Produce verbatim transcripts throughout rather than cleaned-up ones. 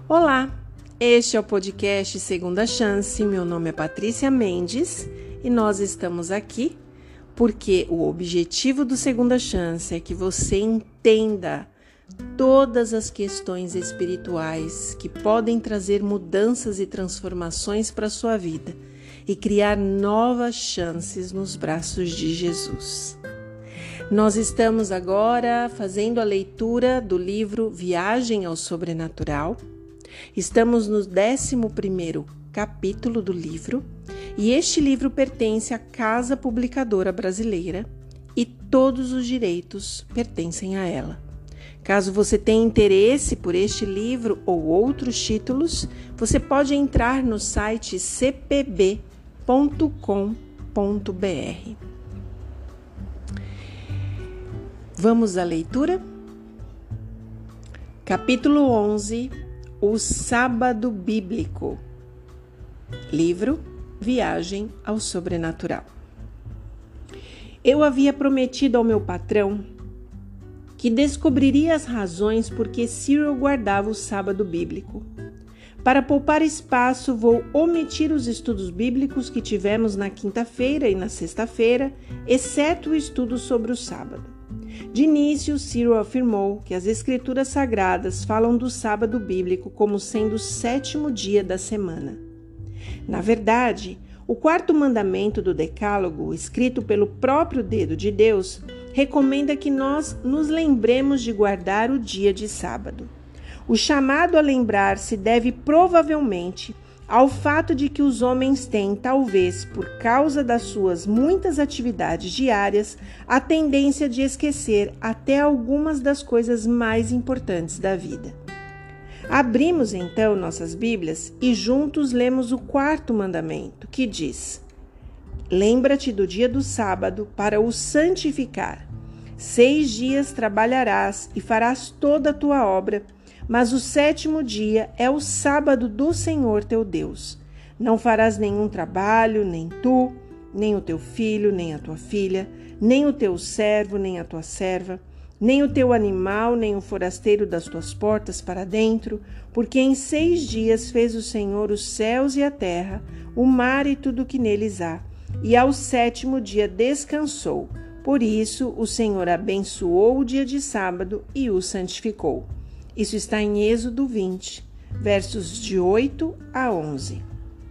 Olá, este é o podcast Segunda Chance. Meu nome é Patrícia Mendes e nós estamos aqui porque o objetivo do Segunda Chance é que você entenda todas as questões espirituais que podem trazer mudanças e transformações para a sua vida e criar novas chances nos braços de Jesus. Nós estamos agora fazendo a leitura do livro Viagem ao Sobrenatural. Estamos no décimo primeiro capítulo do livro e este livro pertence à Casa Publicadora Brasileira e todos os direitos pertencem a ela. Caso você tenha interesse por este livro ou outros títulos, você pode entrar no site c p b ponto com ponto b r. Vamos à leitura? Capítulo onze. O Sábado Bíblico. Livro Viagem ao Sobrenatural. Eu havia prometido ao meu patrão que descobriria as razões por que Cyril guardava o sábado bíblico. Para poupar espaço, vou omitir os estudos bíblicos que tivemos na quinta-feira e na sexta-feira, exceto o estudo sobre o sábado. De início, Cyril afirmou que as escrituras sagradas falam do sábado bíblico como sendo o sétimo dia da semana. Na verdade, o quarto mandamento do Decálogo, escrito pelo próprio dedo de Deus, recomenda que nós nos lembremos de guardar o dia de sábado. O chamado a lembrar-se deve provavelmente ao fato de que os homens têm, talvez por causa das suas muitas atividades diárias, a tendência de esquecer até algumas das coisas mais importantes da vida. Abrimos então nossas Bíblias e juntos lemos o quarto mandamento, que diz: Lembra-te do dia do sábado para o santificar. Seis dias trabalharás e farás toda a tua obra, mas o sétimo dia é o sábado do Senhor teu Deus. Não farás nenhum trabalho, nem tu, nem o teu filho, nem a tua filha, nem o teu servo, nem a tua serva, nem o teu animal, nem o forasteiro das tuas portas para dentro, porque em seis dias fez o Senhor os céus e a terra, o mar e tudo o que neles há, e ao sétimo dia descansou. Por isso o Senhor abençoou o dia de sábado e o santificou. Isso está em Êxodo vinte, versos de oito a onze.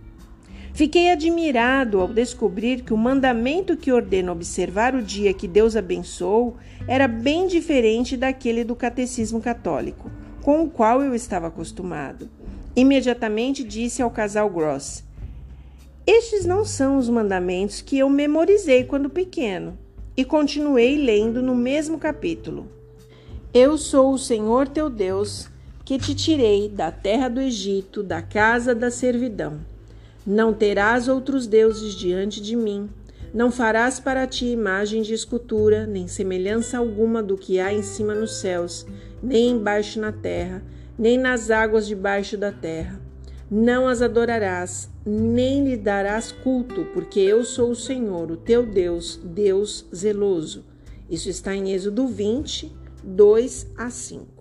Fiquei admirado ao descobrir que o mandamento que ordena observar o dia que Deus abençoou era bem diferente daquele do catecismo católico, com o qual eu estava acostumado. Imediatamente disse ao casal Gross: Estes não são os mandamentos que eu memorizei quando pequeno. E continuei lendo no mesmo capítulo. Eu sou o Senhor teu Deus, que te tirei da terra do Egito, da casa da servidão. Não terás outros deuses diante de mim. Não farás para ti imagem de escultura, nem semelhança alguma do que há em cima nos céus, nem embaixo na terra, nem nas águas debaixo da terra. Não as adorarás, nem lhe darás culto, porque eu sou o Senhor, o teu Deus, Deus zeloso. Isso está em Êxodo vinte, dois a cinco.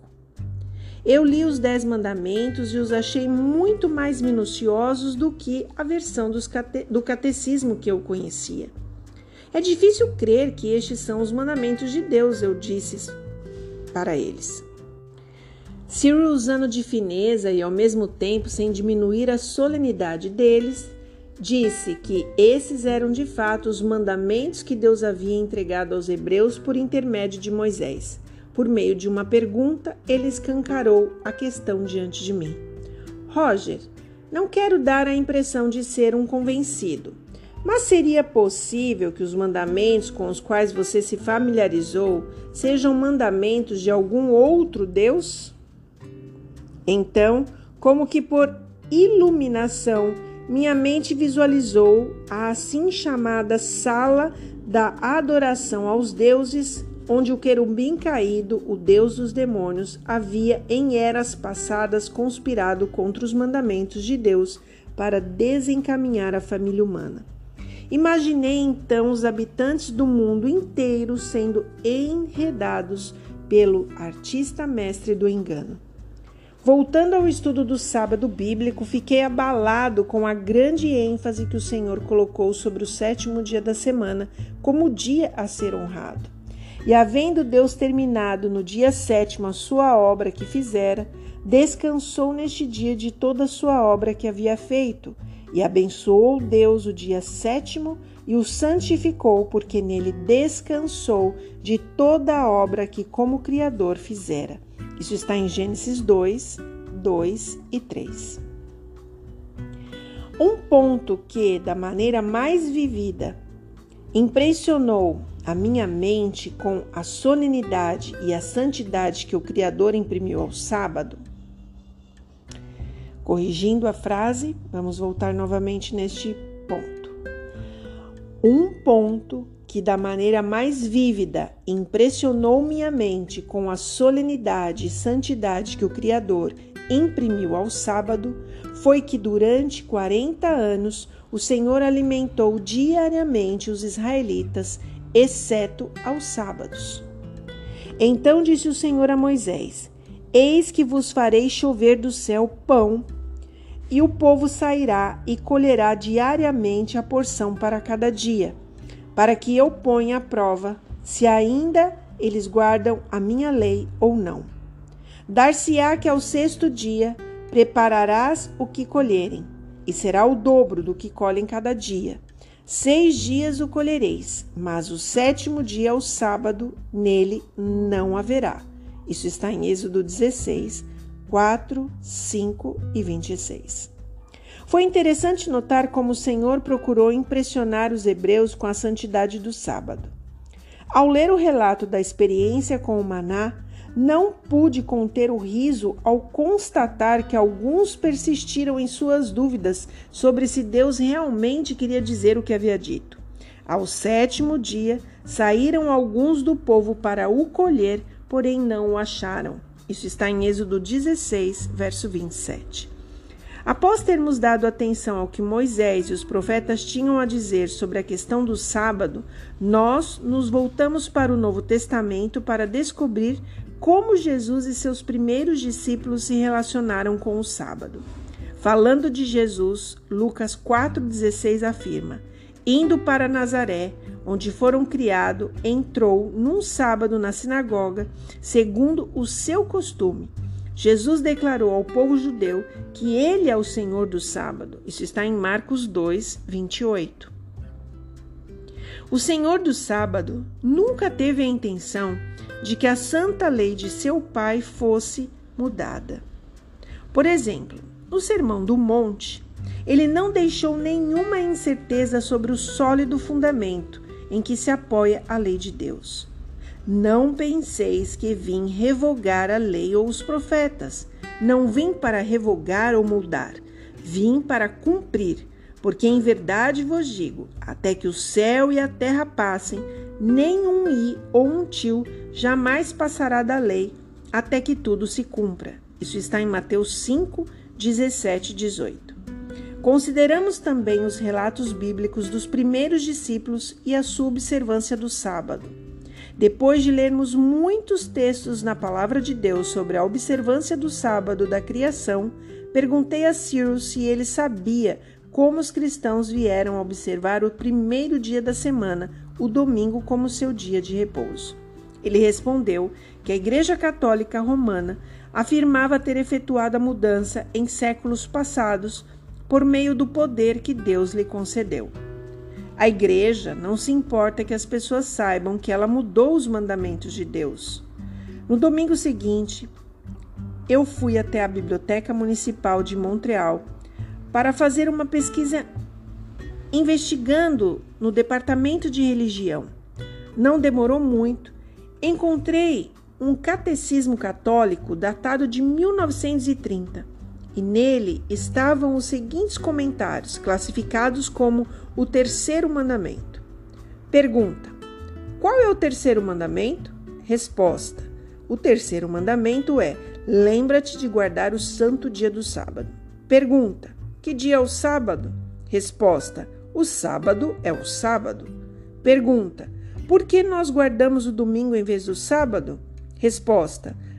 Eu li os dez mandamentos e os achei muito mais minuciosos do que a versão dos cate- do catecismo que eu conhecia. É difícil crer que estes são os mandamentos de Deus, eu disse para eles. Cyril, usando de fineza e ao mesmo tempo sem diminuir a solenidade deles, disse que esses eram de fato os mandamentos que Deus havia entregado aos hebreus por intermédio de Moisés. Por meio de uma pergunta, ele escancarou a questão diante de mim. Roger, não quero dar a impressão de ser um convencido, mas seria possível que os mandamentos com os quais você se familiarizou sejam mandamentos de algum outro Deus? Então, como que por iluminação, minha mente visualizou a assim chamada sala da adoração aos deuses, onde o querubim caído, o deus dos demônios, havia em eras passadas conspirado contra os mandamentos de Deus para desencaminhar a família humana. Imaginei então os habitantes do mundo inteiro sendo enredados pelo artista mestre do engano. Voltando ao estudo do sábado bíblico, fiquei abalado com a grande ênfase que o Senhor colocou sobre o sétimo dia da semana como dia a ser honrado. E havendo Deus terminado no dia sétimo a sua obra que fizera, descansou neste dia de toda a sua obra que havia feito, e abençoou Deus o dia sétimo e o santificou, porque nele descansou de toda a obra que como Criador fizera. Isso está em Gênesis dois, dois e três. Um ponto que, da maneira mais vivida, impressionou a minha mente com a solenidade e a santidade que o Criador imprimiu ao sábado. Corrigindo a frase, vamos voltar novamente neste ponto. Um ponto que da maneira mais vívida impressionou minha mente com a solenidade e santidade que o Criador imprimiu ao sábado foi que durante quarenta anos o Senhor alimentou diariamente os israelitas, exceto aos sábados. Então disse o Senhor a Moisés: Eis que vos farei chover do céu pão, e o povo sairá e colherá diariamente a porção para cada dia, para que eu ponha à prova se ainda eles guardam a minha lei ou não. Dar-se-á que ao sexto dia prepararás o que colherem, e será o dobro do que colhem cada dia. Seis dias o colhereis, mas o sétimo dia, o sábado, nele não haverá. Isso está em Êxodo dezesseis, quatro, cinco e vinte e seis. Foi interessante notar como o Senhor procurou impressionar os hebreus com a santidade do sábado. Ao ler o relato da experiência com o maná, não pude conter o riso ao constatar que alguns persistiram em suas dúvidas sobre se Deus realmente queria dizer o que havia dito. Ao sétimo dia, saíram alguns do povo para o colher, porém não o acharam. Isso está em Êxodo dezesseis, verso vinte e sete. Após termos dado atenção ao que Moisés e os profetas tinham a dizer sobre a questão do sábado, nós nos voltamos para o Novo Testamento para descobrir como Jesus e seus primeiros discípulos se relacionaram com o sábado. Falando de Jesus, Lucas quatro, dezesseis afirma: Indo para Nazaré, onde foram criados, entrou num sábado na sinagoga, segundo o seu costume. Jesus declarou ao povo judeu que ele é o Senhor do sábado. Isso está em Marcos dois, vinte e oito. O Senhor do sábado nunca teve a intenção de que a santa lei de seu pai fosse mudada. Por exemplo, no Sermão do Monte, ele não deixou nenhuma incerteza sobre o sólido fundamento em que se apoia a lei de Deus. Não penseis que vim revogar a lei ou os profetas. Não vim para revogar ou mudar. Vim para cumprir. Porque em verdade vos digo, até que o céu e a terra passem, nem um i ou um tio jamais passará da lei, até que tudo se cumpra. Isso está em Mateus cinco, dezessete e dezoito. Consideramos também os relatos bíblicos dos primeiros discípulos e a sua observância do sábado. Depois de lermos muitos textos na Palavra de Deus sobre a observância do sábado da criação, perguntei a Cyril se ele sabia como os cristãos vieram a observar o primeiro dia da semana, o domingo, como seu dia de repouso. Ele respondeu que a Igreja Católica Romana afirmava ter efetuado a mudança em séculos passados por meio do poder que Deus lhe concedeu. A Igreja não se importa que as pessoas saibam que ela mudou os mandamentos de Deus. No domingo seguinte, eu fui até a Biblioteca Municipal de Montreal para fazer uma pesquisa investigando no Departamento de Religião. Não demorou muito, encontrei um catecismo católico datado de mil novecentos e trinta. E nele estavam os seguintes comentários, classificados como o terceiro mandamento. Pergunta: qual é o terceiro mandamento? Resposta: o terceiro mandamento é: lembra-te de guardar o santo dia do sábado. Pergunta: que dia é o sábado? Resposta: o sábado é o sábado. Pergunta: por que nós guardamos o domingo em vez do sábado? Resposta: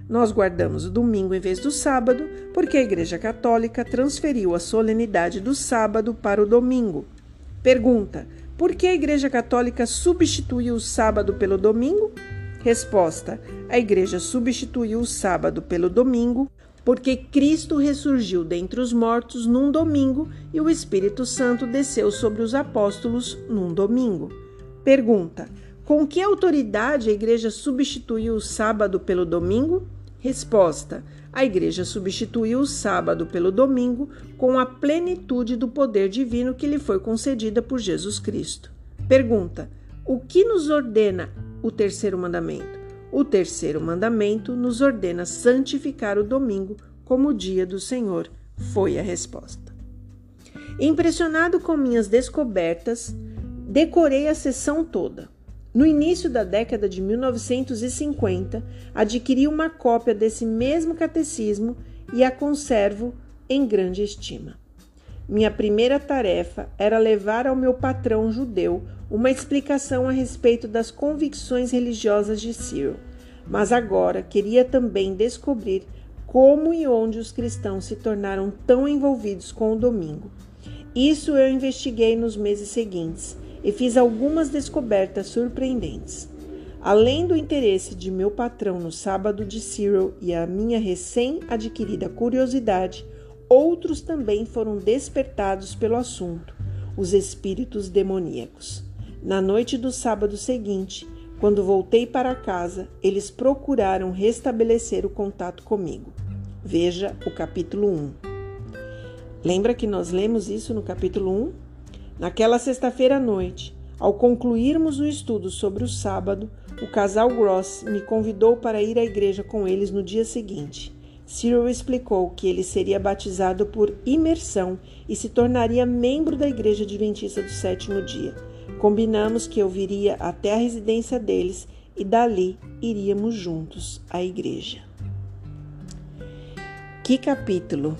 Nós guardamos o domingo em vez do sábado, porque a Igreja Católica transferiu a solenidade do sábado para o domingo. Pergunta: por que a Igreja Católica substituiu o sábado pelo domingo? Resposta: a Igreja substituiu o sábado pelo domingo porque Cristo ressurgiu dentre os mortos num domingo e o Espírito Santo desceu sobre os apóstolos num domingo. Pergunta: com que autoridade a Igreja substituiu o sábado pelo domingo? Resposta: a Igreja substituiu o sábado pelo domingo com a plenitude do poder divino que lhe foi concedida por Jesus Cristo. Pergunta: o que nos ordena o terceiro mandamento? O terceiro mandamento nos ordena santificar o domingo como o dia do Senhor, foi a resposta. Impressionado com minhas descobertas, decorei a sessão toda. No início da década de mil novecentos e cinquenta, adquiri uma cópia desse mesmo catecismo e a conservo em grande estima. Minha primeira tarefa era levar ao meu patrão judeu uma explicação a respeito das convicções religiosas de Cyril, mas agora queria também descobrir como e onde os cristãos se tornaram tão envolvidos com o domingo. Isso eu investiguei nos meses seguintes e fiz algumas descobertas surpreendentes. Além do interesse de meu patrão no sábado de Cyril e a minha recém-adquirida curiosidade, outros também foram despertados pelo assunto, os espíritos demoníacos. Na noite do sábado seguinte, quando voltei para casa, eles procuraram restabelecer o contato comigo. Veja o capítulo um. Lembra que nós lemos isso no capítulo um? Naquela sexta-feira à noite, ao concluirmos o estudo sobre o sábado, o casal Gross me convidou para ir à igreja com eles no dia seguinte. Cyril explicou que ele seria batizado por imersão e se tornaria membro da Igreja Adventista do Sétimo Dia. Combinamos que eu viria até a residência deles e dali iríamos juntos à igreja. Que capítulo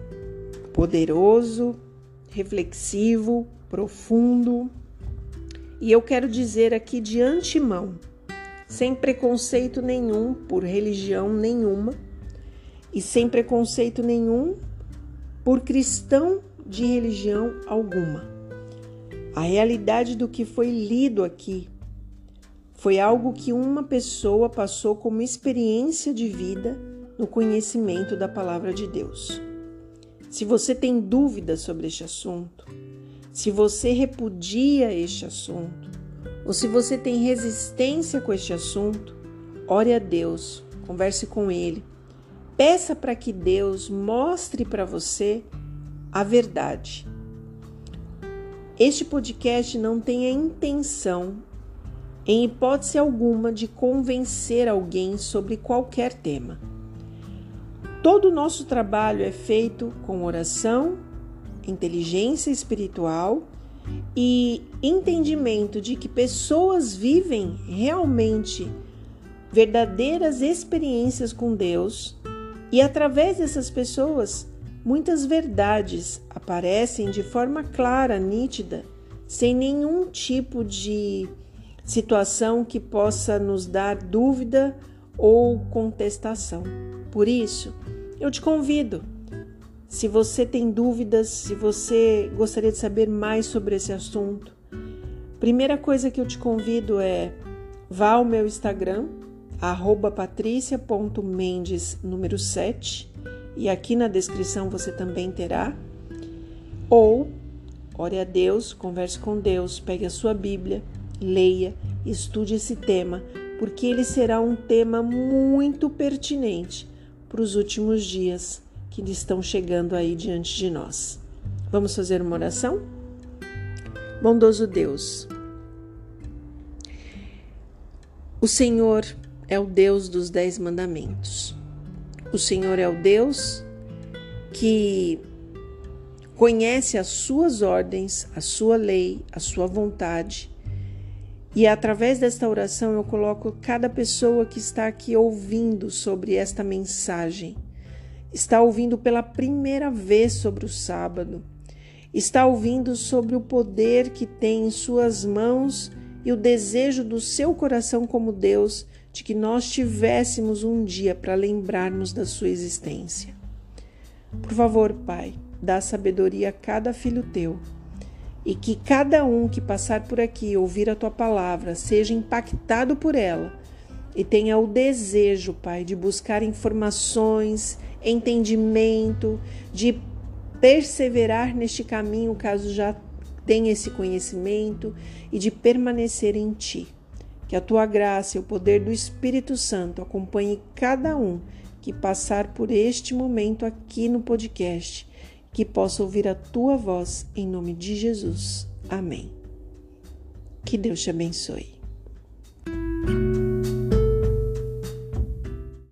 poderoso, reflexivo, profundo. E eu quero dizer aqui de antemão, sem preconceito nenhum por religião nenhuma, e sem preconceito nenhum por cristão de religião alguma. A realidade do que foi lido aqui foi algo que uma pessoa passou como experiência de vida no conhecimento da palavra de Deus. Se você tem dúvidas sobre este assunto, se você repudia este assunto, ou se você tem resistência com este assunto, ore a Deus, converse com Ele. Peça para que Deus mostre para você a verdade. Este podcast não tem a intenção, em hipótese alguma, de convencer alguém sobre qualquer tema. Todo o nosso trabalho é feito com oração, inteligência espiritual e entendimento de que pessoas vivem realmente verdadeiras experiências com Deus. E através dessas pessoas, muitas verdades aparecem de forma clara, nítida, sem nenhum tipo de situação que possa nos dar dúvida ou contestação. Por isso, eu te convido, se você tem dúvidas, se você gostaria de saber mais sobre esse assunto, primeira coisa que eu te convido é vá ao meu Instagram, arroba patricia ponto mendes número sete, e aqui na descrição você também terá, ou ore a Deus, converse com Deus, pegue a sua Bíblia, leia, estude esse tema, porque ele será um tema muito pertinente para os últimos dias que estão chegando aí diante de nós. Vamos fazer uma oração? Bondoso Deus, o Senhor é o Deus dos Dez Mandamentos. O Senhor é o Deus que conhece as suas ordens, a sua lei, a sua vontade. E através desta oração eu coloco cada pessoa que está aqui ouvindo sobre esta mensagem. Está ouvindo pela primeira vez sobre o sábado. Está ouvindo sobre o poder que tem em suas mãos e o desejo do seu coração como Deus de que nós tivéssemos um dia para lembrarmos da sua existência. Por favor, Pai, dá sabedoria a cada filho teu, e que cada um que passar por aqui ouvir a tua palavra seja impactado por ela e tenha o desejo, Pai, de buscar informações, entendimento, de perseverar neste caminho caso já tenha esse conhecimento e de permanecer em ti. Que a tua graça e o poder do Espírito Santo acompanhe cada um que passar por este momento aqui no podcast, que possa ouvir a tua voz em nome de Jesus. Amém. Que Deus te abençoe.